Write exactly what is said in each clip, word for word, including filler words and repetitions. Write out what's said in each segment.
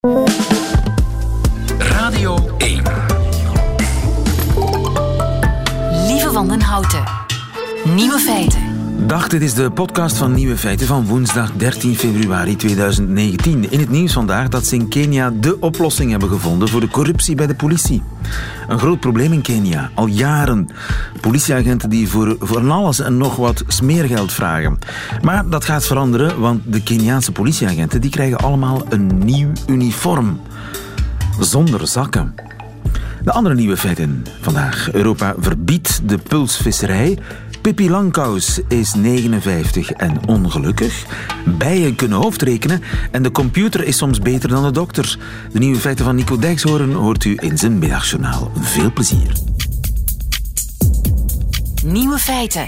Radio één. Lieve Wandenhouten. Nieuwe feiten. Dag, dit is de podcast van Nieuwe Feiten van woensdag dertien februari tweeduizend negentien. In het nieuws vandaag dat ze in Kenia de oplossing hebben gevonden voor de corruptie bij de politie. Een groot probleem in Kenia, al jaren. Politieagenten die voor, voor alles en nog wat smeergeld vragen. Maar dat gaat veranderen, want de Keniaanse politieagenten die krijgen allemaal een nieuw uniform. Zonder zakken. De andere nieuwe feiten vandaag. Europa verbiedt de pulsvisserij. Pippi Langkous is negenenvijftig en ongelukkig. Bijen kunnen hoofdrekenen en de computer is soms beter dan de dokter. De nieuwe feiten van Nico Dijkshoorn hoort u in zijn middagjournaal. Veel plezier. Nieuwe feiten.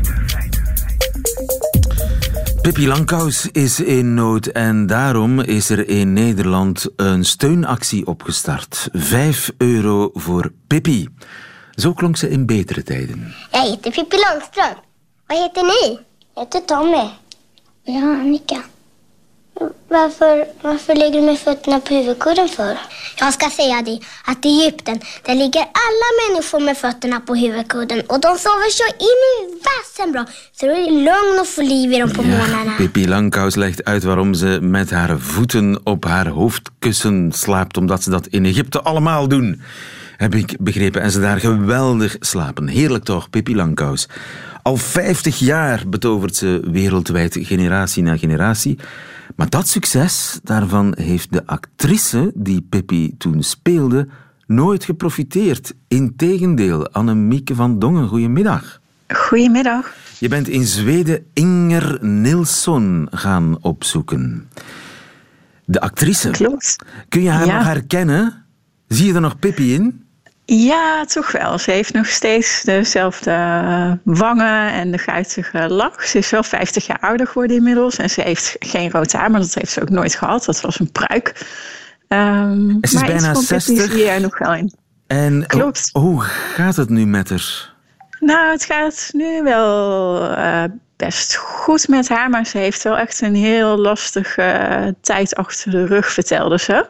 Pippi Langkous is in nood en daarom is er in Nederland een steunactie opgestart. Vijf euro voor Pippi. Zo klonk ze in betere tijden. Jag heter Pippi Långstrump. Vad heter ni? Jag heter Tommy. Ja, Annika. Varför, varför ligger du med fötterna på huvudkudden för? Jag ska säga dig att i Egypten där ligger alla människor med fötterna på huvudkudden och de sover så in i vassen bra så det är lugn och få liv i dem på morgnarna. Pippi Langkous legt uit waarom ze met haar voeten op haar hoofdkussen slaapt, omdat ze dat in Egypte allemaal doen. Heb ik begrepen. En ze daar geweldig slapen. Heerlijk toch, Pippi Langkous. Al vijftig jaar betovert ze wereldwijd generatie na generatie. Maar dat succes, daarvan heeft de actrice die Pippi toen speelde nooit geprofiteerd. Integendeel, Annemieke van Dongen, goedemiddag. Goedemiddag. Je bent in Zweden Inger Nilsson gaan opzoeken. De actrice. Klopt. Kun je haar ja. nog herkennen? Zie je er nog Pippi in? Ja, toch wel. Ze heeft nog steeds dezelfde wangen en de guitige lach. Ze is wel vijftig jaar ouder geworden inmiddels. En ze heeft geen rood haar, maar dat heeft ze ook nooit gehad. Dat was een pruik. Um, ze is maar bijna zestig. Zie je er nog wel in. En Klopt. Hoe gaat het nu met haar? Nou, het gaat nu wel uh, best goed met haar. Maar ze heeft wel echt een heel lastige uh, tijd achter de rug, vertelde ze.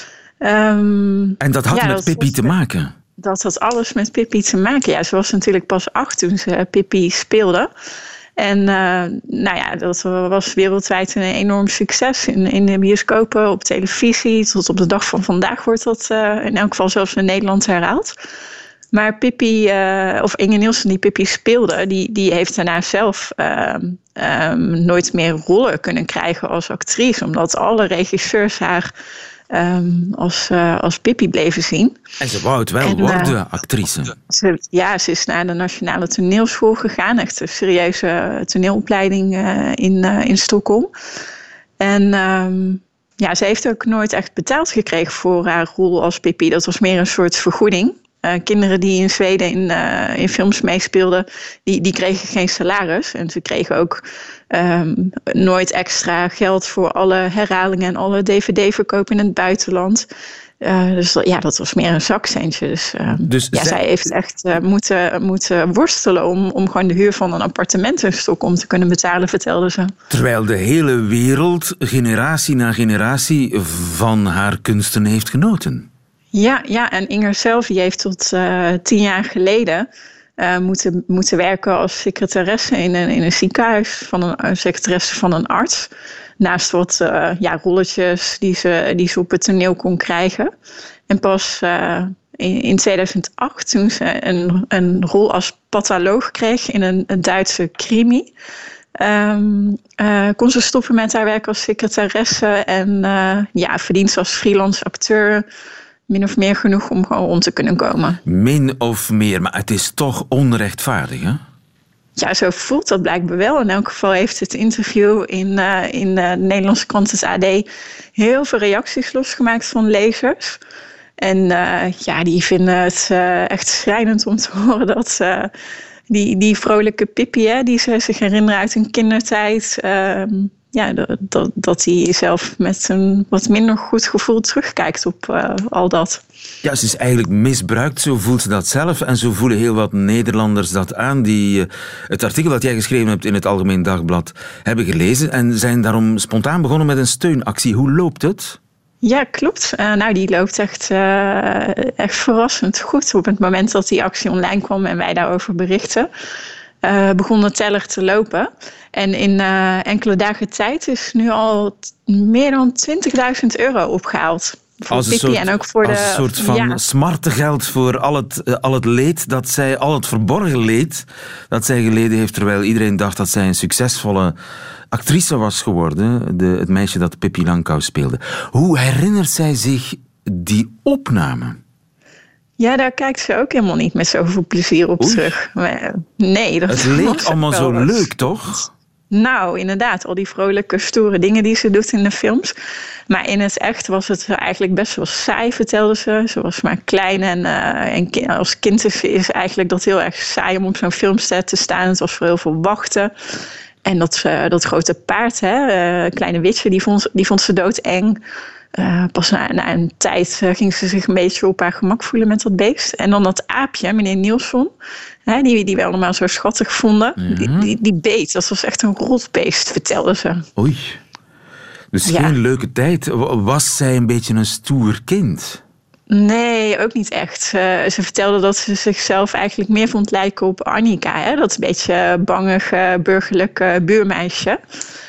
Um, en dat had ja, met dat Pippi te maken? Dat had alles met Pippi te maken. Ja, ze was natuurlijk pas acht toen ze Pippi speelde. En uh, nou ja, dat was wereldwijd een enorm succes. In, in de bioscopen, op televisie. Tot op de dag van vandaag wordt dat uh, in elk geval zelfs in Nederland herhaald. Maar Pippi, uh, of Inger Nilsson die Pippi speelde, die, die heeft daarna zelf uh, um, nooit meer rollen kunnen krijgen als actrice. Omdat alle regisseurs haar Um, als, uh, als Pippi bleven zien. En ze wou het wel en, worden, uh, actrice. Ze, ja, ze is naar de Nationale Toneelschool gegaan. Echt een serieuze toneelopleiding uh, in, uh, in Stockholm. En um, ja, ze heeft ook nooit echt betaald gekregen voor haar rol als Pippi. Dat was meer een soort vergoeding. Uh, kinderen die in Zweden in, uh, in films meespeelden, die, die kregen geen salaris. En ze kregen ook um, nooit extra geld voor alle herhalingen en alle D V D-verkopen in het buitenland. Uh, dus ja, dat was meer een zakcentje. Dus, uh, dus ja, zij... zij heeft echt uh, moeten, moeten worstelen om, om gewoon de huur van een appartement in Stockholm te kunnen betalen, vertelde ze. Terwijl de hele wereld generatie na generatie van haar kunsten heeft genoten. Ja, ja, en Inger zelf die heeft tot uh, tien jaar geleden uh, moeten, moeten werken als secretaresse in een, in een ziekenhuis, van een, een secretaresse van een arts. Naast wat uh, ja, rolletjes die ze, die ze op het toneel kon krijgen. En pas uh, in, in tweeduizend acht, toen ze een, een rol als patholoog kreeg in een, een Duitse crimi, Um, uh, kon ze stoppen met haar werk als secretaresse en uh, ja, verdient ze als freelance acteur min of meer genoeg om gewoon rond te kunnen komen. Min of meer, maar het is toch onrechtvaardig, hè? Ja, zo voelt dat blijkbaar wel. In elk geval heeft het interview in, uh, in de Nederlandse krant het A D heel veel reacties losgemaakt van lezers. En uh, ja, die vinden het uh, echt schrijnend om te horen dat uh, die, die vrolijke Pippi, hè, die ze zich herinneren uit hun kindertijd, Uh, Ja, dat, dat hij zelf met een wat minder goed gevoel terugkijkt op uh, al dat. Ja, ze is eigenlijk misbruikt, zo voelt ze dat zelf. En zo voelen heel wat Nederlanders dat aan, die uh, het artikel dat jij geschreven hebt in het Algemeen Dagblad hebben gelezen en zijn daarom spontaan begonnen met een steunactie. Hoe loopt het? Ja, klopt. Uh, nou, die loopt echt, uh, echt verrassend goed. Op het moment dat die actie online kwam en wij daarover berichten, uh, begon de teller te lopen. En in uh, enkele dagen tijd is nu al t- meer dan twintigduizend euro opgehaald. Voor als een Pippi soort, en ook voor als de, een soort van ja. smartengeld voor al het, uh, al het leed dat zij, al het verborgen leed dat zij geleden heeft, terwijl iedereen dacht dat zij een succesvolle actrice was geworden, de, het meisje dat Pippi Langkous speelde. Hoe herinnert zij zich die opname? Ja, daar kijkt ze ook helemaal niet met zoveel plezier op Oei. terug. Maar, nee, dat Het leek was allemaal wel zo wat. leuk, toch? Nou, inderdaad, al die vrolijke, stoere dingen die ze doet in de films. Maar in het echt was het eigenlijk best wel saai, vertelde ze. Ze was maar klein en, uh, en ki- als kind is, is eigenlijk dat heel erg saai om op zo'n filmset te staan. Het was voor heel veel wachten. En dat, uh, dat grote paard, hè, uh, kleine witje, die vond, die vond ze doodeng. Uh, pas na, na een tijd uh, ging ze zich een beetje op haar gemak voelen met dat beest. En dan dat aapje, meneer Nielsen, hè, die, die we allemaal zo schattig vonden, Ja. die, die, die beet. Dat was echt een rotbeest, vertelde ze. Oei. Dus Ja. geen leuke tijd. Was zij een beetje een stoer kind? Nee, ook niet echt. Uh, ze vertelde dat ze zichzelf eigenlijk meer vond lijken op Annika. Hè? Dat bangige, bangige, burgerlijke buurmeisje.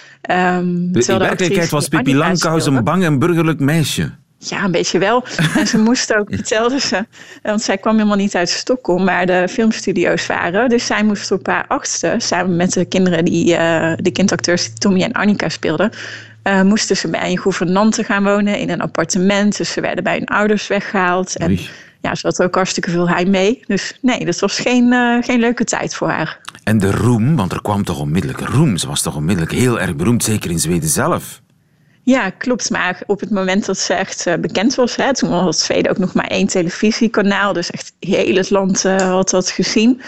Um, De, in werkelijkheid was Pippi Langkous een bang en burgerlijk meisje. Ja, een beetje wel. En ze moest ook, vertelde ze, want zij kwam helemaal niet uit Stockholm, waar de filmstudio's waren. Dus zij moest op haar achtste, samen met de kinderen, die, uh, de kindacteurs die Tommy en Annika speelden, uh, moesten ze bij een gouvernante gaan wonen in een appartement. Dus ze werden bij hun ouders weggehaald. En Oei. ja, ze had ook hartstikke veel heimwee. Dus nee, dat was geen, uh, geen leuke tijd voor haar. En de roem, want er kwam toch onmiddellijk roem. Ze was toch onmiddellijk heel erg beroemd, zeker in Zweden zelf. Ja, klopt. Maar op het moment dat ze echt uh, bekend was, hè, toen had Zweden ook nog maar één televisiekanaal. Dus echt heel het land uh, had dat gezien.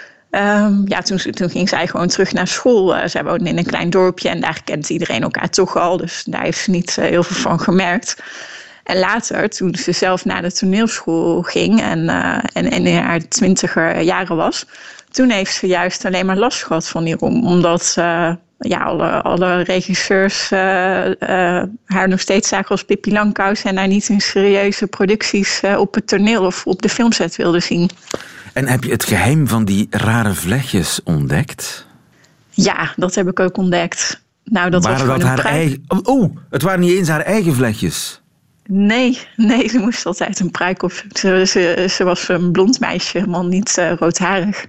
Um, ja, toen, toen ging zij gewoon terug naar school. Uh, zij woonde in een klein dorpje en daar kent iedereen elkaar toch al. Dus daar heeft ze niet uh, heel veel van gemerkt. En later, toen ze zelf naar de toneelschool ging en, uh, en, en in haar twintiger jaren was, toen heeft ze juist alleen maar last gehad van die roem. Omdat uh, ja, alle, alle regisseurs uh, uh, haar nog steeds zagen als Pippi Langkous en haar niet in serieuze producties uh, op het toneel of op de filmset wilden zien. En heb je het geheim van die rare vlechtjes ontdekt? Ja, dat heb ik ook ontdekt. Nou, dat waren was dat gewoon haar een pruik. eigen... Oh, het waren niet eens haar eigen vlechtjes. Nee, nee, ze moest altijd een pruik op. Ze, ze, ze was een blond meisje, helemaal niet uh, roodharig.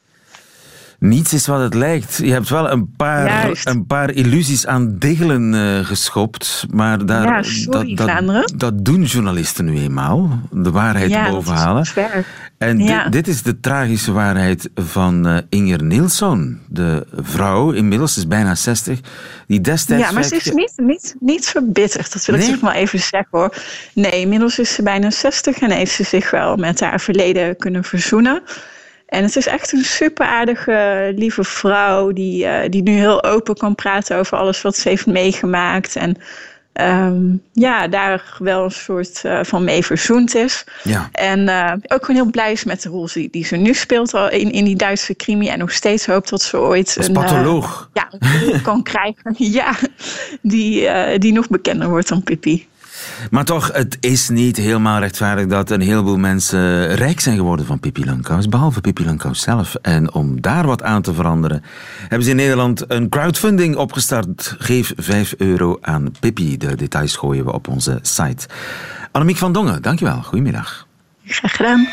Niets is wat het lijkt. Je hebt wel een paar, Juist. een paar illusies aan diggelen uh, geschopt. Maar daar, Ja, sorry, dat, Vlaanderen. dat, dat doen journalisten nu eenmaal. De waarheid Ja, boven dat is halen. zwaar. En Ja. dit, dit is de tragische waarheid van uh, Inger Nilsson. De vrouw, inmiddels ze is bijna zestig, die destijds... Ja, maar ze is vijf- niet, niet, niet verbitterd. Dat wil Nee? ik toch maar even zeggen, hoor. Nee, inmiddels is ze bijna zestig en heeft ze zich wel met haar verleden kunnen verzoenen. En het is echt een super aardige, lieve vrouw die, uh, die nu heel open kan praten over alles wat ze heeft meegemaakt. En um, ja, daar wel een soort uh, van mee verzoend is. Ja. En uh, ook gewoon heel blij is met de rol die, die ze nu speelt al in, in die Duitse crimi. En nog steeds hoopt dat ze ooit Als een, patholoog. uh, ja, een rol kan krijgen. Ja, die, uh, die nog bekender wordt dan Pippi. Maar toch, het is niet helemaal rechtvaardig dat een heleboel mensen rijk zijn geworden van Pippi Langkous, behalve Pippi Langkous zelf. En om daar wat aan te veranderen, hebben ze in Nederland een crowdfunding opgestart. Geef vijf euro aan Pippi. De details gooien we op onze site. Annemiek van Dongen, dankjewel. Goedemiddag. Graag gedaan.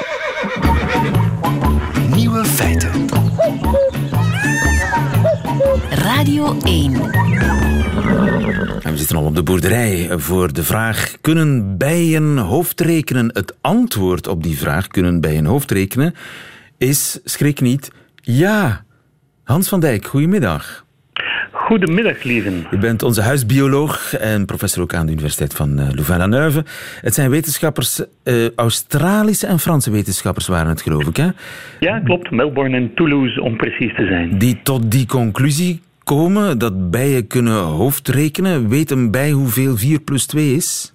Nieuwe feiten. Radio één. En we zitten al op de boerderij voor de vraag: kunnen bijen hoofdrekenen? Het antwoord op die vraag, kunnen bijen hoofdrekenen, is, schrik niet, ja. Hans van Dijk, goedemiddag. Goedemiddag, lieven. U bent onze huisbioloog en professor ook aan de Universiteit van uh, Louvain-la-Neuve. Het zijn wetenschappers, uh, Australische en Franse wetenschappers waren het, geloof ik, hè? Ja, klopt. Melbourne en Toulouse, om precies te zijn. Die tot die conclusie komen dat bijen kunnen hoofdrekenen. Weet een bij hoeveel vier plus twee is?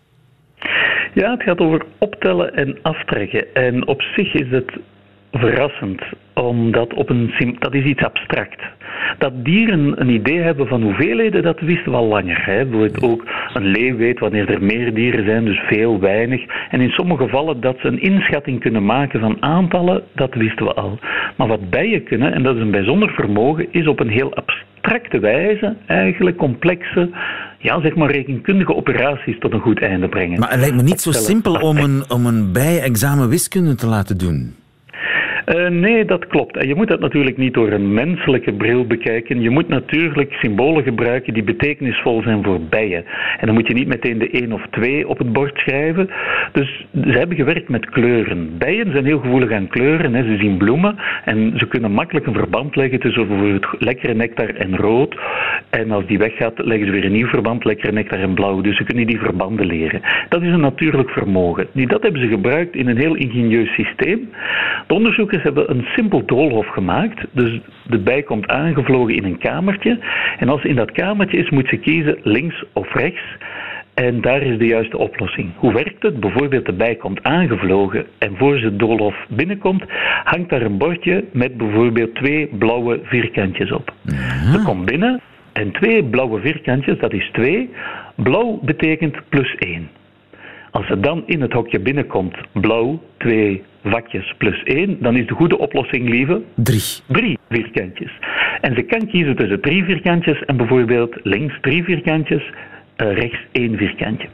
Ja, het gaat over optellen en aftrekken. En op zich is het verrassend. omdat op een, dat is iets abstract. Dat dieren een idee hebben van hoeveelheden, dat wisten we al langer. Hè. Bijvoorbeeld ook een leeuw weet wanneer er meer dieren zijn, dus veel, weinig. En in sommige gevallen dat ze een inschatting kunnen maken van aantallen, dat wisten we al. Maar wat bijen kunnen, en dat is een bijzonder vermogen, is op een heel abstracte wijze eigenlijk complexe, ja, zeg maar rekenkundige operaties tot een goed einde brengen. Maar het lijkt me niet zo simpel om een, om een bij-examen wiskunde te laten doen. Uh, nee, dat klopt. En je moet dat natuurlijk niet door een menselijke bril bekijken. Je moet natuurlijk symbolen gebruiken die betekenisvol zijn voor bijen. En dan moet je niet meteen de één of twee op het bord schrijven. Dus ze hebben gewerkt met kleuren. Bijen zijn heel gevoelig aan kleuren. Hè. Ze zien bloemen en ze kunnen makkelijk een verband leggen tussen bijvoorbeeld lekkere nectar en rood. En als die weggaat, leggen ze weer een nieuw verband, lekkere nectar en blauw. Dus ze kunnen die verbanden leren. Dat is een natuurlijk vermogen. Nu, dat hebben ze gebruikt in een heel ingenieus systeem. De onderzoekers hebben een simpel doolhof gemaakt. Dus de bij komt aangevlogen in een kamertje. En als ze in dat kamertje is, moet ze kiezen links of rechts. En daar is de juiste oplossing. Hoe werkt het? Bijvoorbeeld de bij komt aangevlogen en voor ze het doolhof binnenkomt, hangt daar een bordje met bijvoorbeeld twee blauwe vierkantjes op. Ja. Ze komt binnen en twee blauwe vierkantjes, dat is twee. Blauw betekent plus één. Als ze dan in het hokje binnenkomt, blauw, twee vakjes plus één, dan is de goede oplossing, lieve, Drie. Drie vierkantjes. En ze kan kiezen tussen drie vierkantjes en bijvoorbeeld links drie vierkantjes, uh, rechts één vierkantje.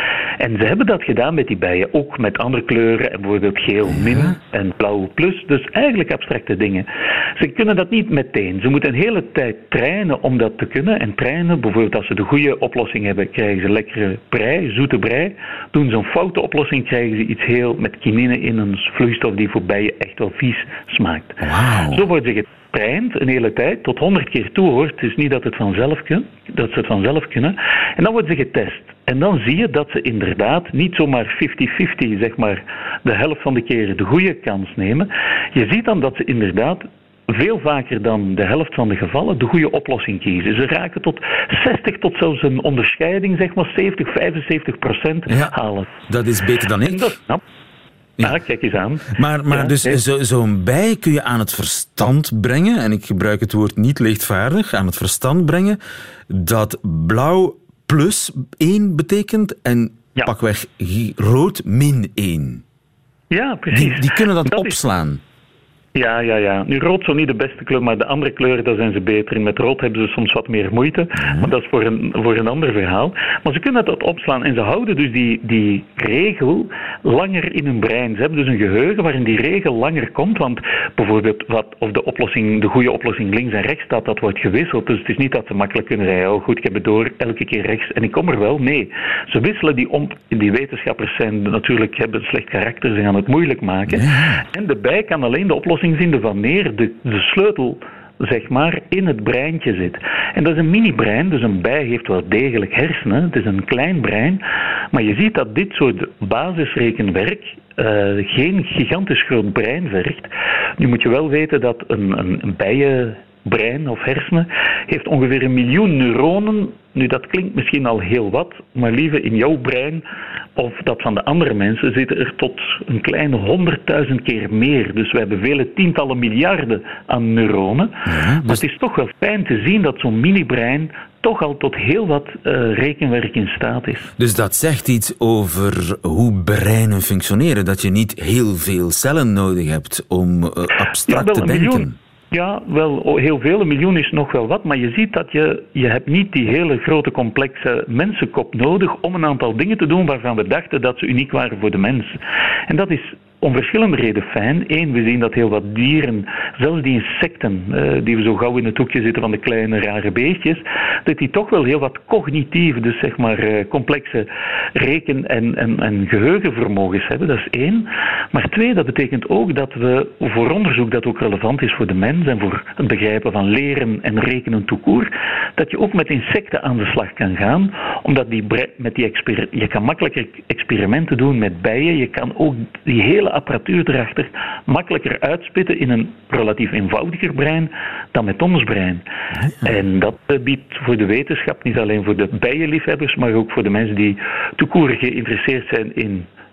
En ze hebben dat gedaan met die bijen, ook met andere kleuren, en bijvoorbeeld geel min en blauw plus, dus eigenlijk abstracte dingen. Ze kunnen dat niet meteen. Ze moeten een hele tijd trainen om dat te kunnen. En trainen, bijvoorbeeld als ze de goede oplossing hebben, krijgen ze lekkere brei, zoete brei. Doen ze een foute oplossing, krijgen ze iets heel met kinine in, een vloeistof die voor bijen echt wel vies smaakt. Wow. Zo worden ze getraind een hele tijd, tot honderd keer toe hoort. Het is niet dat, het vanzelf kun, dat ze het vanzelf kunnen. En dan worden ze getest. En dan zie je dat ze inderdaad niet zomaar vijftig vijftig, zeg maar, de helft van de keren de goede kans nemen. Je ziet dan dat ze inderdaad veel vaker dan de helft van de gevallen de goede oplossing kiezen. Ze raken tot zestig, tot zelfs een onderscheiding, zeg maar zeventig, vijfenzeventig procent ja, halen. Dat is beter dan ik. Dat, nou, ja. Ah, kijk eens aan. Maar, maar ja, dus nee. zo, zo'n bij kun je aan het verstand brengen, en ik gebruik het woord niet lichtvaardig, aan het verstand brengen, dat blauw plus één betekent en ja. pakweg rood min één. Ja, precies. Die, die kunnen dat, dat opslaan. Is... Ja, ja, ja. Nu, rood is niet de beste kleur, maar de andere kleuren, daar zijn ze beter in. Met rood hebben ze soms wat meer moeite, mm-hmm. maar dat is voor een, voor een ander verhaal. Maar ze kunnen dat opslaan en ze houden dus die, die regel langer in hun brein. Ze hebben dus een geheugen waarin die regel langer komt, want bijvoorbeeld wat, of de oplossing, de goede oplossing links en rechts staat, dat wordt gewisseld. Dus het is niet dat ze makkelijk kunnen zeggen, oh goed, ik heb het door, elke keer rechts en ik kom er wel. Nee, ze wisselen die om. Die wetenschappers zijn natuurlijk, hebben een slecht karakter, ze gaan het moeilijk maken. Ja. En de bij kan alleen de oplossing vinden wanneer de, de sleutel, zeg maar, in het breintje zit. En dat is een mini-brein, dus een bij heeft wel degelijk hersenen. Het is een klein brein. Maar je ziet dat dit soort basisrekenwerk uh, geen gigantisch groot brein vergt. Nu moet je wel weten dat een, een, een bijenbrein of hersenen heeft ongeveer een miljoen neuronen. Nu, dat klinkt misschien al heel wat, maar lieve, in jouw brein of dat van de andere mensen zitten er tot een kleine honderdduizend keer meer. Dus we hebben vele tientallen miljarden aan neuronen. Ja, dus... Maar het is toch wel fijn te zien dat zo'n mini-brein toch al tot heel wat uh, rekenwerk in staat is. Dus dat zegt iets over hoe breinen functioneren. Dat je niet heel veel cellen nodig hebt om uh, abstract ja, te denken. Miljoen. Ja, wel heel veel. Een miljoen is nog wel wat. Maar je ziet dat je, je hebt niet die hele grote complexe mensenkop nodig om een aantal dingen te doen waarvan we dachten dat ze uniek waren voor de mens. En dat is om verschillende redenen fijn. Eén, we zien dat heel wat dieren, zelfs die insecten, uh, die we zo gauw in het hoekje zitten van de kleine rare beestjes, dat die toch wel heel wat cognitief, dus zeg maar uh, complexe reken- en, en, en geheugenvermogens hebben. Dat is één. Maar twee, dat betekent ook dat we voor onderzoek dat ook relevant is voor de mens en voor het begrijpen van leren en rekenen tout court, dat je ook met insecten aan de slag kan gaan, omdat die bre- met die exper- je kan makkelijker experimenten doen met bijen, je kan ook die hele apparatuur erachter makkelijker uitspitten in een relatief eenvoudiger brein dan met ons brein. Ja. En dat biedt voor de wetenschap, niet alleen voor de bijenliefhebbers, maar ook voor de mensen die tout court geïnteresseerd zijn in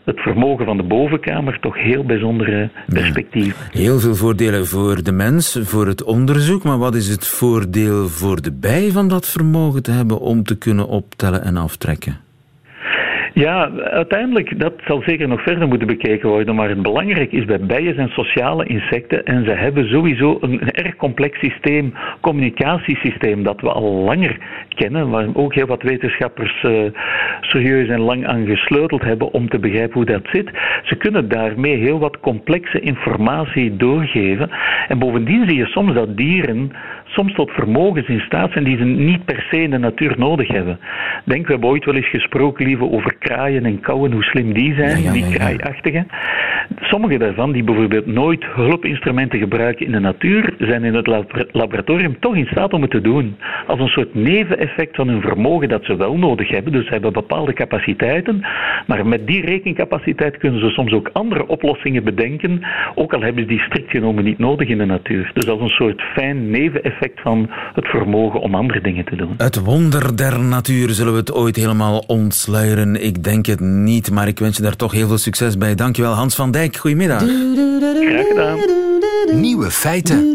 het vermogen van de bovenkamer toch heel bijzondere perspectieven. Ja. Heel veel voordelen voor de mens, voor het onderzoek, maar wat is het voordeel voor de bij van dat vermogen te hebben om te kunnen optellen en aftrekken? Ja, uiteindelijk, dat zal zeker nog verder moeten bekeken worden, maar het belangrijke is bij bijen zijn sociale insecten en ze hebben sowieso een, een erg complex systeem, communicatiesysteem, dat we al langer kennen, waar ook heel wat wetenschappers uh, serieus en lang aan gesleuteld hebben om te begrijpen hoe dat zit. Ze kunnen daarmee heel wat complexe informatie doorgeven en bovendien zie je soms dat dieren soms tot vermogens in staat zijn die ze niet per se in de natuur nodig hebben. Denk, we hebben ooit wel eens gesproken, lieve, over kraaien en kauwen, hoe slim die zijn, ja, ja, die ja, ja. kraaiachtige. Sommige daarvan, die bijvoorbeeld nooit hulpinstrumenten gebruiken in de natuur, zijn in het lab- laboratorium toch in staat om het te doen. Als een soort neveneffect van hun vermogen dat ze wel nodig hebben. Dus ze hebben bepaalde capaciteiten, maar met die rekencapaciteit kunnen ze soms ook andere oplossingen bedenken, ook al hebben ze die strikt genomen niet nodig in de natuur. Dus als een soort fijn neveneffect van het vermogen om andere dingen te doen. Het wonder der natuur, zullen we het ooit helemaal ontsluieren? Ik denk het niet, maar ik wens je daar toch heel veel succes bij. Dankjewel, Hans van Dijk. Goedemiddag. Graag gedaan. Nieuwe feiten.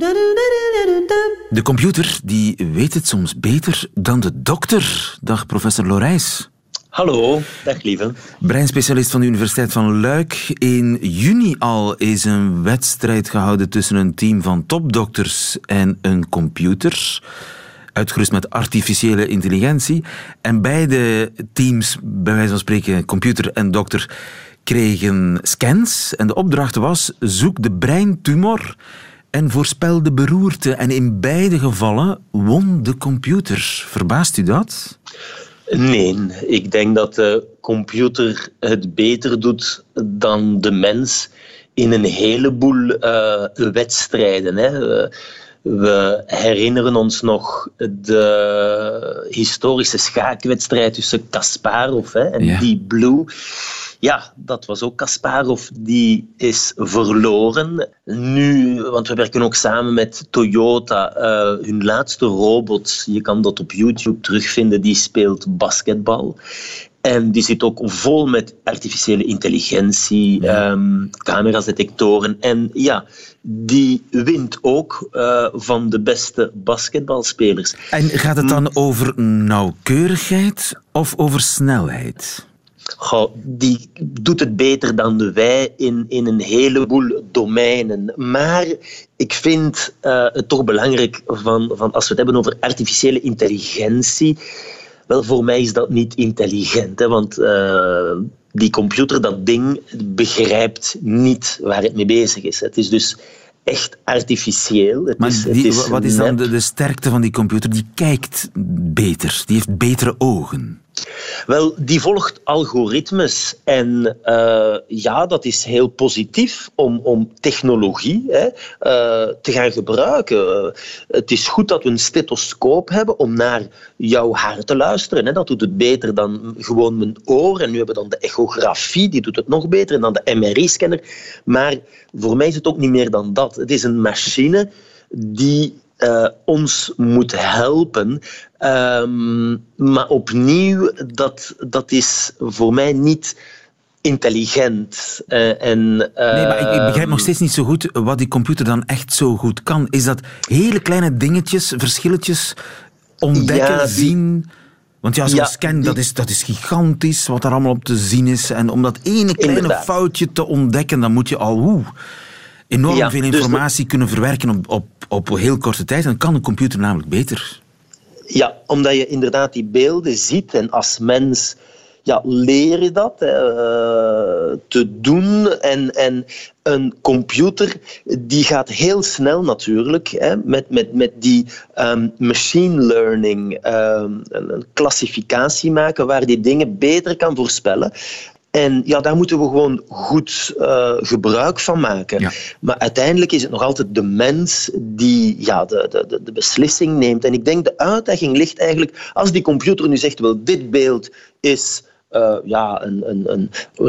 De computer die weet het soms beter dan de dokter. Dag, professor Lorijs. Hallo, dag lieve. Breinspecialist van de Universiteit van Luik. In juni al is een wedstrijd gehouden tussen een team van topdokters en een computer, uitgerust met artificiële intelligentie. En beide teams, bij wijze van spreken computer en dokter, kregen scans. En de opdracht was: zoek de breintumor en voorspel de beroerte. En in beide gevallen won de computer. Verbaast u dat? Nee, ik denk dat de computer het beter doet dan de mens in een heleboel uh, wedstrijden. Hè. We herinneren ons nog de historische schaakwedstrijd tussen Kasparov hè, en ja. Deep Blue. Ja, dat was ook Kasparov, die is verloren. Nu, want we werken ook samen met Toyota, uh, hun laatste robot, je kan dat op YouTube terugvinden, die speelt basketbal. En die zit ook vol met artificiële intelligentie, ja. um, camera's, detectoren. En ja, die wint ook uh, van de beste basketbalspelers. En gaat het dan over nauwkeurigheid of over snelheid? Goh, die doet het beter dan wij in, in een heleboel domeinen. Maar ik vind uh, het toch belangrijk, van, van als we het hebben over artificiële intelligentie. Wel, voor mij is dat niet intelligent, hè, want uh, die computer, dat ding, begrijpt niet waar het mee bezig is. Het is dus echt artificieel. Het maar is, die, het is wat is dan de, de sterkte van die computer? Die kijkt beter, die heeft betere ogen. Wel, die volgt algoritmes en uh, ja, dat is heel positief om, om technologie hè, uh, te gaan gebruiken. Uh, het is goed dat we een stethoscoop hebben om naar jouw hart te luisteren. Hè. Dat doet het beter dan gewoon mijn oor. En nu hebben we dan de echografie, die doet het nog beter, en dan de M R I-scanner. Maar voor mij is het ook niet meer dan dat. Het is een machine die Uh, ons moet helpen. Um, maar opnieuw, dat, dat is voor mij niet intelligent. Uh, en, uh, nee, maar ik, ik begrijp nog steeds niet zo goed wat die computer dan echt zo goed kan. Is dat hele kleine dingetjes, verschilletjes ontdekken, ja, die, zien? Want ja, zo'n ja, scan, die, dat is, dat is gigantisch, wat er allemaal op te zien is. En om dat ene kleine inderdaad. foutje te ontdekken, dan moet je al woe, enorm ja, veel informatie dus kunnen verwerken op, op, op heel korte tijd. En dan kan een computer namelijk beter. Ja, omdat je inderdaad die beelden ziet en als mens ja, leer je dat hè, uh, te doen. En, en een computer die gaat heel snel natuurlijk hè, met, met, met die um, machine learning um, een, een klassificatie maken waar die dingen beter kan voorspellen. En ja, daar moeten we gewoon goed uh, gebruik van maken. Ja. Maar uiteindelijk is het nog altijd de mens die ja, de, de, de beslissing neemt. En ik denk de uitdaging ligt eigenlijk, als die computer nu zegt, wel, dit beeld is uh, ja, een, een, een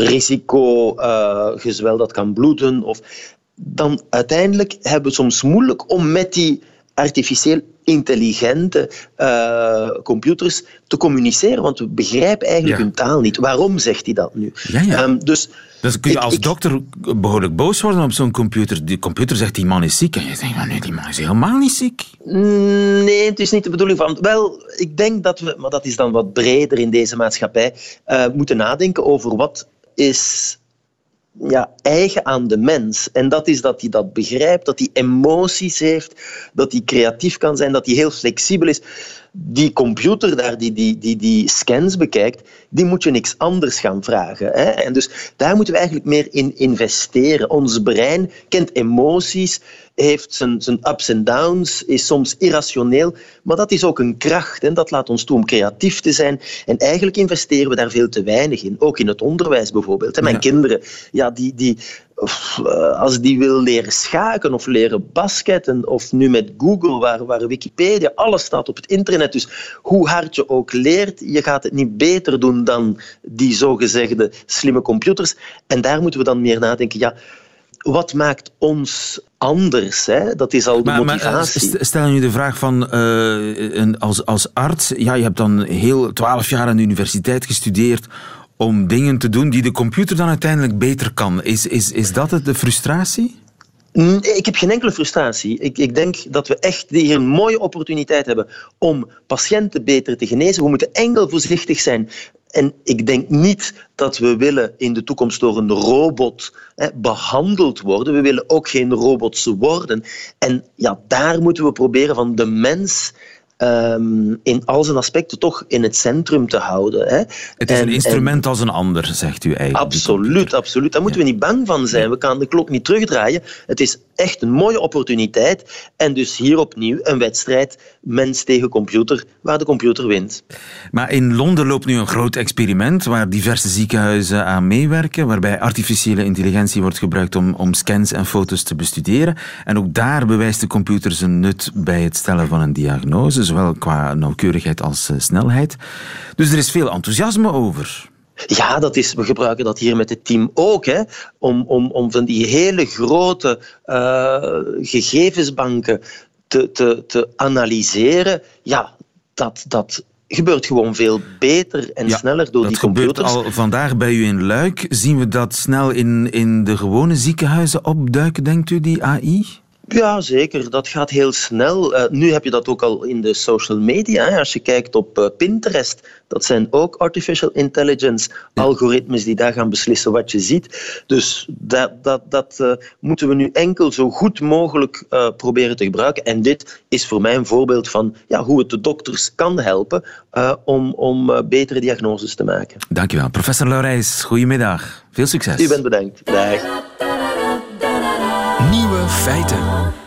risicogezwel uh, dat kan bloeden. Of, dan uiteindelijk hebben we soms moeilijk om met die artificiële intelligente uh, computers te communiceren, want we begrijpen eigenlijk ja. hun taal niet. Waarom zegt hij dat nu? Ja, ja. Um, dus dus kun je ik, als ik, dokter behoorlijk boos worden op zo'n computer. Die computer zegt, die man is ziek. En je denkt, maar nee, die man is helemaal niet ziek. Nee, het is niet de bedoeling van... Wel, ik denk dat we, maar dat is dan wat breder in deze maatschappij, uh, moeten nadenken over wat is... Ja, eigen aan de mens. En dat is dat hij dat begrijpt, dat hij emoties heeft, dat hij creatief kan zijn, dat hij heel flexibel is. Die computer daar, die, die, die, die scans bekijkt, die moet je niks anders gaan vragen. Hè? En dus daar moeten we eigenlijk meer in investeren. Ons brein kent emoties, heeft zijn, zijn ups en downs, is soms irrationeel, maar dat is ook een kracht en dat laat ons toe om creatief te zijn. En eigenlijk investeren we daar veel te weinig in, ook in het onderwijs bijvoorbeeld. Hè? Mijn ja. kinderen, ja, die, die, of, uh, als die wil leren schaken of leren basketten, of nu met Google, waar, waar Wikipedia, alles staat op het internet. Dus hoe hard je ook leert, je gaat het niet beter doen dan die zogezegde slimme computers. En daar moeten we dan meer nadenken. Ja, wat maakt ons anders? Hè? Dat is al de maar, motivatie. Maar stel je de vraag van, uh, een, als, als arts, ja, je hebt dan heel twaalf jaar aan de universiteit gestudeerd om dingen te doen die de computer dan uiteindelijk beter kan. Is, is, is dat het, de frustratie? Nee, ik heb geen enkele frustratie. Ik, ik denk dat we echt hier een mooie opportuniteit hebben om patiënten beter te genezen. We moeten enkel voorzichtig zijn. En ik denk niet dat we willen in de toekomst door een robot hè, behandeld worden. We willen ook geen robots worden. En ja, daar moeten we proberen van de mens um, in al zijn aspecten toch in het centrum te houden. Hè. Het is en, een instrument en, als een ander, zegt u eigenlijk. Absoluut, absoluut. Daar moeten ja. we niet bang van zijn. We gaan de klok niet terugdraaien. Het is echt een mooie opportuniteit. En dus hier opnieuw een wedstrijd mens tegen computer, waar de computer wint. Maar in Londen loopt nu een groot experiment waar diverse ziekenhuizen aan meewerken, waarbij artificiële intelligentie wordt gebruikt om, om scans en foto's te bestuderen. En ook daar bewijst de computer zijn nut bij het stellen van een diagnose, zowel qua nauwkeurigheid als uh, snelheid. Dus er is veel enthousiasme over. Ja, dat is, we gebruiken dat hier met het team ook, hè, om, om, om van die hele grote uh, gegevensbanken te, te, te analyseren. Ja, dat, dat gebeurt gewoon veel beter en ja, sneller door die computers. Dat gebeurt al vandaag bij u in Luik. Zien we dat snel in, in de gewone ziekenhuizen opduiken, denkt u, die A I? Ja, zeker. Dat gaat heel snel. Uh, nu heb je dat ook al in de social media. Hè. Als je kijkt op uh, Pinterest, dat zijn ook artificial intelligence ja. algoritmes die daar gaan beslissen wat je ziet. Dus dat, dat, dat uh, moeten we nu enkel zo goed mogelijk uh, proberen te gebruiken. En dit is voor mij een voorbeeld van ja, hoe het de dokters kan helpen uh, om, om uh, betere diagnoses te maken. Dankjewel. Professor Laurijs, goedemiddag. Veel succes. U bent bedankt. Dag. Nieuwe feiten.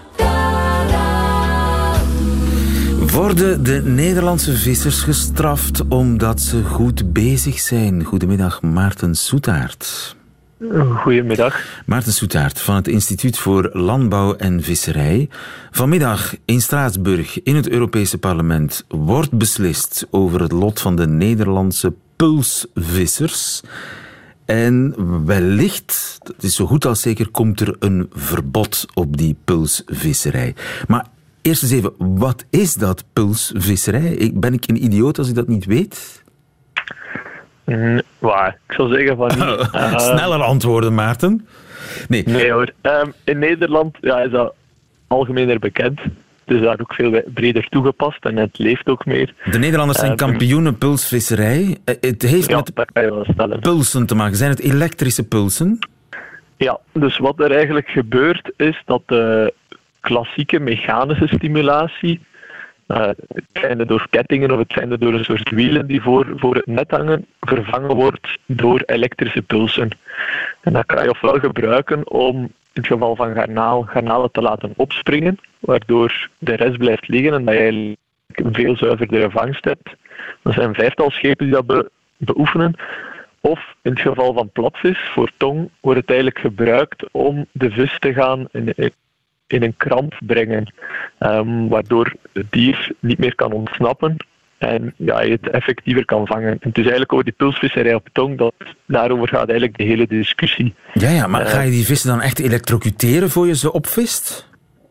Worden de Nederlandse vissers gestraft omdat ze goed bezig zijn? Goedemiddag, Maarten Soetaert. Goedemiddag. Maarten Soetaert van het Instituut voor Landbouw en Visserij. Vanmiddag in Straatsburg in het Europese parlement wordt beslist over het lot van de Nederlandse pulsvissers. En wellicht, het is zo goed als zeker, komt er een verbod op die pulsvisserij. Maar eerst eens even, wat is dat pulsvisserij? Ben ik een idioot als ik dat niet weet? Mm, waar, ik zou zeggen van niet. Uh, Sneller antwoorden, Maarten. Nee, nee hoor. Um, in Nederland ja, is dat algemener bekend. Het is daar ook veel breder toegepast en het leeft ook meer. De Nederlanders zijn uh, kampioenen pulsvisserij. Het heeft ja, met pulsen te maken. Zijn het elektrische pulsen? Ja, dus wat er eigenlijk gebeurt is dat de klassieke mechanische stimulatie, uh, het zijn door kettingen of het zijn door een soort wielen die voor, voor het net hangen, vervangen wordt door elektrische pulsen. En dat kan je ofwel gebruiken om in het geval van garnaal, garnalen te laten opspringen, waardoor de rest blijft liggen en dat je eigenlijk een veel zuiverdere vangst hebt. Er zijn vijftal schepen die dat be- beoefenen. Of in het geval van platvis, voor tong, wordt het eigenlijk gebruikt om de vis te gaan in, in een kramp brengen, um, waardoor het dier niet meer kan ontsnappen en ja, je het effectiever kan vangen. En het is eigenlijk over die pulsvisserij op tong, dat, daarover gaat eigenlijk de hele discussie. Ja, ja, maar uh, ga je die vissen dan echt elektrocuteren voor je ze opvist?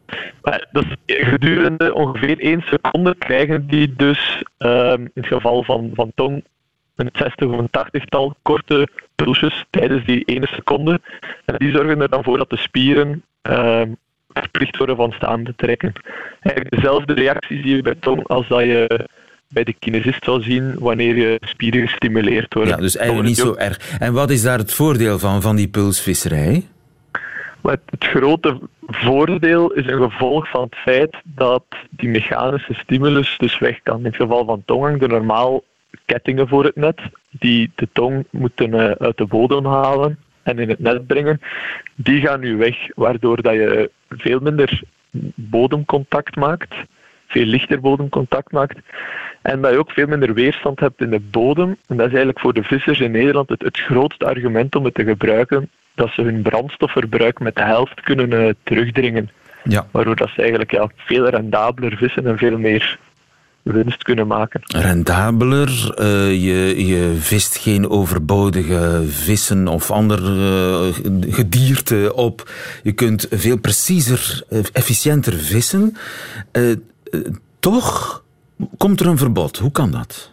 Dus gedurende ongeveer één seconde krijgen die dus uh, in het geval van, van tong een zestig of een tachtigtal korte pulsjes tijdens die ene seconde. En die zorgen er dan voor dat de spieren uh, verplicht worden van staan te trekken. Eigenlijk dezelfde reactie zie je bij tong als dat je bij de kinesist zou zien wanneer je spieren gestimuleerd worden. Ja, dus eigenlijk niet zo erg. En wat is daar het voordeel van, van die pulsvisserij? Het grote voordeel is een gevolg van het feit dat die mechanische stimulus dus weg kan. In het geval van tonghang, de normaal kettingen voor het net, die de tong moeten uh, uit de bodem halen en in het net brengen, die gaan nu weg, waardoor dat je veel minder bodemcontact maakt, veel lichter bodemcontact maakt, en dat je ook veel minder weerstand hebt in de bodem. En dat is eigenlijk voor de vissers in Nederland het, het grootste argument om het te gebruiken, dat ze hun brandstofverbruik met de helft kunnen uh, terugdringen. Ja. Waardoor dat ze eigenlijk ja, veel rendabeler vissen en veel meer winst kunnen maken. Rendabeler, uh, je, je vist geen overbodige vissen of ander uh, gedierte op. Je kunt veel preciezer, uh, efficiënter vissen. Uh, uh, toch komt er een verbod. Hoe kan dat?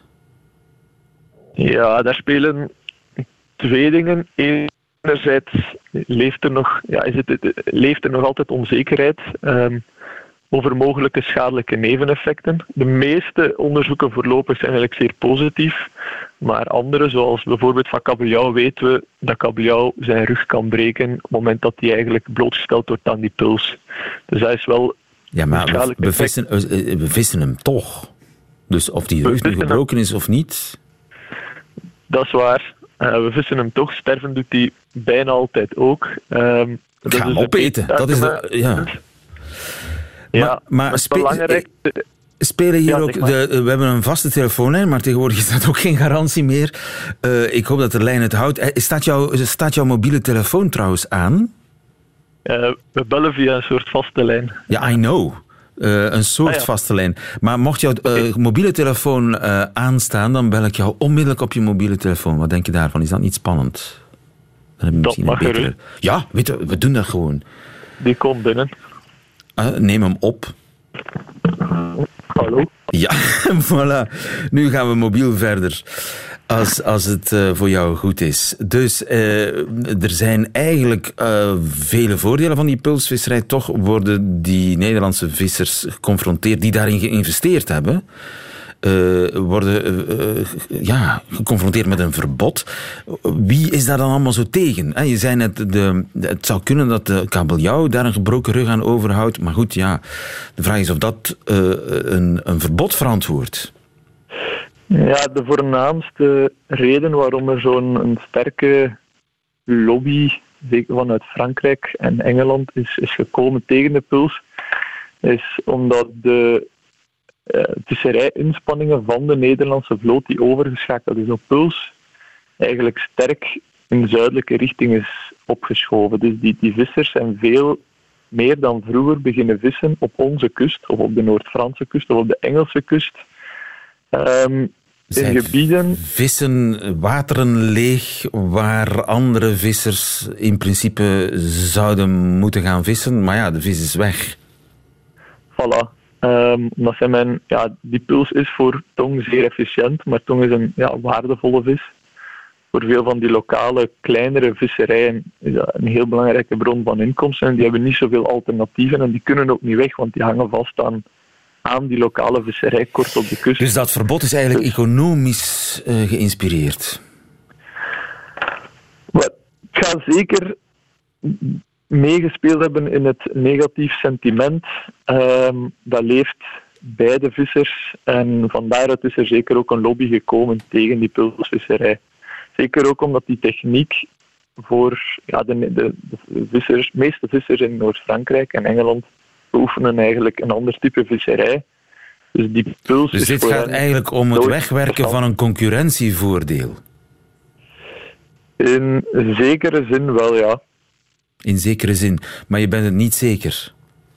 Ja, daar spelen twee dingen. Enerzijds leeft er nog, ja, is het, leeft er nog altijd onzekerheid um, over mogelijke schadelijke neveneffecten. De meeste onderzoeken voorlopig zijn eigenlijk zeer positief, maar andere, zoals bijvoorbeeld van kabeljauw, weten we dat kabeljauw zijn rug kan breken op het moment dat hij eigenlijk blootgesteld wordt aan die puls. Dus dat is wel... Ja, maar we, we, vissen, we vissen hem toch. Dus of die rug nu gebroken is of niet... Dat is waar. Uh, we vissen hem toch. Sterven doet hij bijna altijd ook. Um, Ik ga hem opeten. Dat is de... Ja. Ja, maar, maar het spe- belangrijkste... Spelen hier ja, ook... De, we hebben een vaste telefoonlijn, maar tegenwoordig is dat ook geen garantie meer. Uh, ik hoop dat de lijn het houdt. Staat, jou, staat jouw mobiele telefoon trouwens aan? Uh, we bellen via een soort vaste lijn. Ja, I know. Uh, een soort ah, ja. vaste lijn. Maar mocht jouw uh, okay. mobiele telefoon uh, aanstaan, dan bel ik jou onmiddellijk op je mobiele telefoon. Wat denk je daarvan? Is dat niet spannend? Dan heb je dat mag betere... er. Ja, weet je, we doen dat gewoon. Die komt binnen. Uh, neem hem op. Hallo? Ja, voilà. Nu gaan we mobiel verder. Als, als het uh, voor jou goed is. Dus uh, er zijn eigenlijk uh, vele voordelen van die pulsvisserij. Toch worden die Nederlandse vissers geconfronteerd die daarin geïnvesteerd hebben. Uh, worden uh, uh, ja, geconfronteerd met een verbod. Wie is daar dan allemaal zo tegen? He, je zei net, de, de, het zou kunnen dat de kabeljauw daar een gebroken rug aan overhoudt. Maar goed, ja, de vraag is of dat uh, een, een verbod verantwoordt. Ja, de voornaamste reden waarom er zo'n een sterke lobby, zeker vanuit Frankrijk en Engeland, is, is gekomen tegen de puls, is omdat de uh, visserij-inspanningen van de Nederlandse vloot die overgeschakeld is op puls, eigenlijk sterk in de zuidelijke richting is opgeschoven. Dus die, die vissers zijn veel meer dan vroeger beginnen vissen op onze kust, of op de Noord-Franse kust, of op de Engelse kust. Um, in gebieden... vissen wateren leeg waar andere vissers in principe zouden moeten gaan vissen. Maar ja, de vis is weg. Voilà. Um, dat zijn mijn, ja, die puls is voor tong zeer efficiënt, maar tong is een ja, waardevolle vis. Voor veel van die lokale, kleinere visserijen is dat een heel belangrijke bron van inkomsten. En die hebben niet zoveel alternatieven en die kunnen ook niet weg, want die hangen vast aan... aan die lokale visserij kort op de kust. Dus dat verbod is eigenlijk dus economisch uh, geïnspireerd? Maar het gaat zeker meegespeeld hebben in het negatief sentiment. Um, dat leeft bij de vissers en van daaruit is er zeker ook een lobby gekomen tegen die pulsvisserij. Zeker ook omdat die techniek voor ja, de, de, de vissers, meeste vissers in Noord-Frankrijk en Engeland beoefenen eigenlijk een ander type visserij. Dus, die puls dus is dit gaat eigenlijk om het wegwerken van een concurrentievoordeel? In zekere zin wel, ja. In zekere zin. Maar je bent het niet zeker?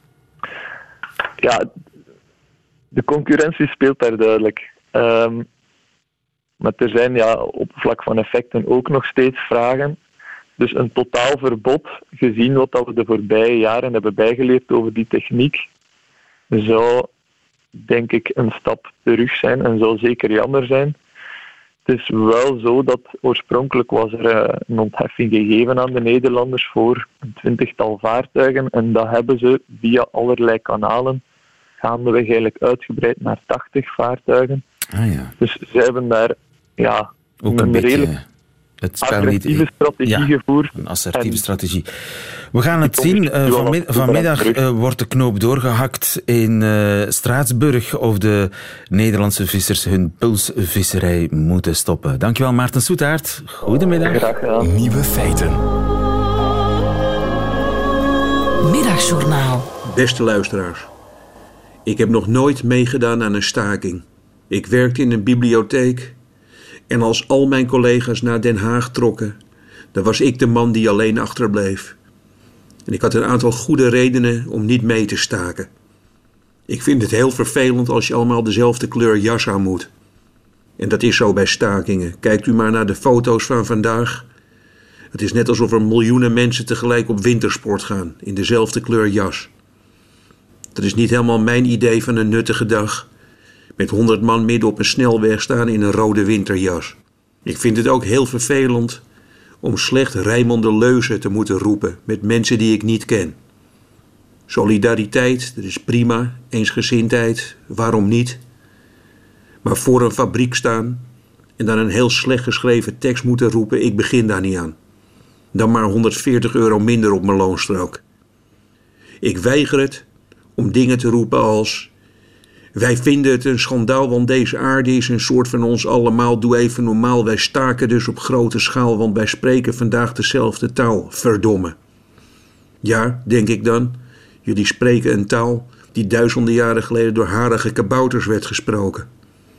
Ja, de concurrentie speelt daar duidelijk. Um, maar er zijn ja, op vlak van effecten ook nog steeds vragen. Dus een totaal verbod, gezien wat we de voorbije jaren hebben bijgeleerd over die techniek, zou, denk ik, een stap terug zijn en zou zeker jammer zijn. Het is wel zo dat oorspronkelijk was er uh, een ontheffing gegeven aan de Nederlanders voor een twintigtal vaartuigen en dat hebben ze via allerlei kanalen gaandeweg eigenlijk uitgebreid naar tachtig vaartuigen. Ah, ja. Dus ze hebben daar ja, ook een, een beetje redelijk het spel agressieve niet, strategie ja, gevoerd. Een assertieve En strategie. We gaan het zien. Uh, vanmid- vanmiddag uh, wordt de knoop doorgehakt in uh, Straatsburg of de Nederlandse vissers hun pulsvisserij moeten stoppen. Dankjewel Maarten Soetaert. Goedemiddag. Graag gedaan. Nieuwe feiten. Middagjournaal. Beste luisteraars. Ik heb nog nooit meegedaan aan een staking. Ik werkte in een bibliotheek en als al mijn collega's naar Den Haag trokken, dan was ik de man die alleen achterbleef. En ik had een aantal goede redenen om niet mee te staken. Ik vind het heel vervelend als je allemaal dezelfde kleur jas aan moet. En dat is zo bij stakingen. Kijkt u maar naar de foto's van vandaag. Het is net alsof er miljoenen mensen tegelijk op wintersport gaan, in dezelfde kleur jas. Dat is niet helemaal mijn idee van een nuttige dag, met honderd man midden op een snelweg staan in een rode winterjas. Ik vind het ook heel vervelend om slecht rijmende leuzen te moeten roepen met mensen die ik niet ken. Solidariteit, dat is prima, eensgezindheid, waarom niet? Maar voor een fabriek staan en dan een heel slecht geschreven tekst moeten roepen, ik begin daar niet aan. Dan maar honderdveertig euro minder op mijn loonstrook. Ik weiger het om dingen te roepen als: wij vinden het een schandaal, want deze aarde is een soort van ons allemaal. Doe even normaal, wij staken dus op grote schaal, want wij spreken vandaag dezelfde taal, verdomme. Ja, denk ik dan, jullie spreken een taal die duizenden jaren geleden door harige kabouters werd gesproken.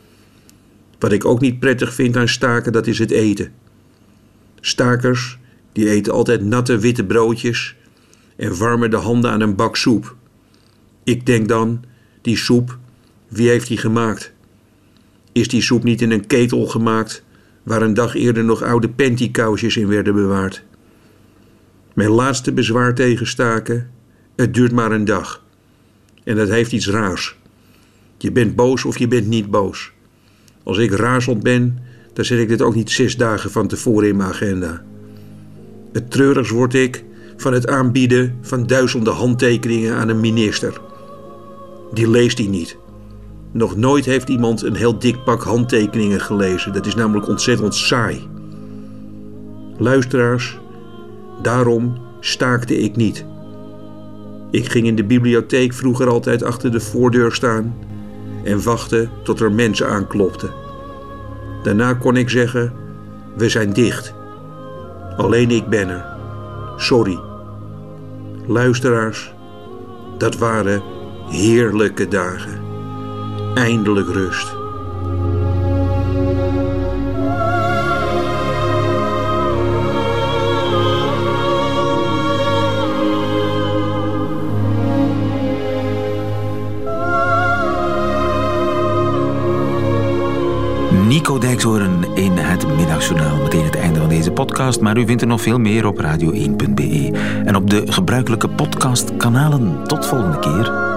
Wat ik ook niet prettig vind aan staken, dat is het eten. Stakers, die eten altijd natte witte broodjes en warmen de handen aan een bak soep. Ik denk dan, die soep, wie heeft die gemaakt? Is die soep niet in een ketel gemaakt waar een dag eerder nog oude pantykousjes in werden bewaard? Mijn laatste bezwaar tegen staken: het duurt maar een dag. En dat heeft iets raars. Je bent boos of je bent niet boos. Als ik razend ben, dan zet ik dit ook niet zes dagen van tevoren in mijn agenda. Het treurigst word ik van het aanbieden van duizenden handtekeningen aan een minister. Die leest die niet. Nog nooit heeft iemand een heel dik pak handtekeningen gelezen. Dat is namelijk ontzettend saai. Luisteraars, daarom staakte ik niet. Ik ging in de bibliotheek vroeger altijd achter de voordeur staan en wachten tot er mensen aanklopten. Daarna kon ik zeggen: we zijn dicht. Alleen ik ben er. Sorry. Luisteraars, dat waren heerlijke dagen. Eindelijk rust. Nico Dijkshoorn in het Middagjournaal. Meteen het einde van deze podcast, maar u vindt er nog veel meer op radio één punt be en op de gebruikelijke podcastkanalen. Tot volgende keer.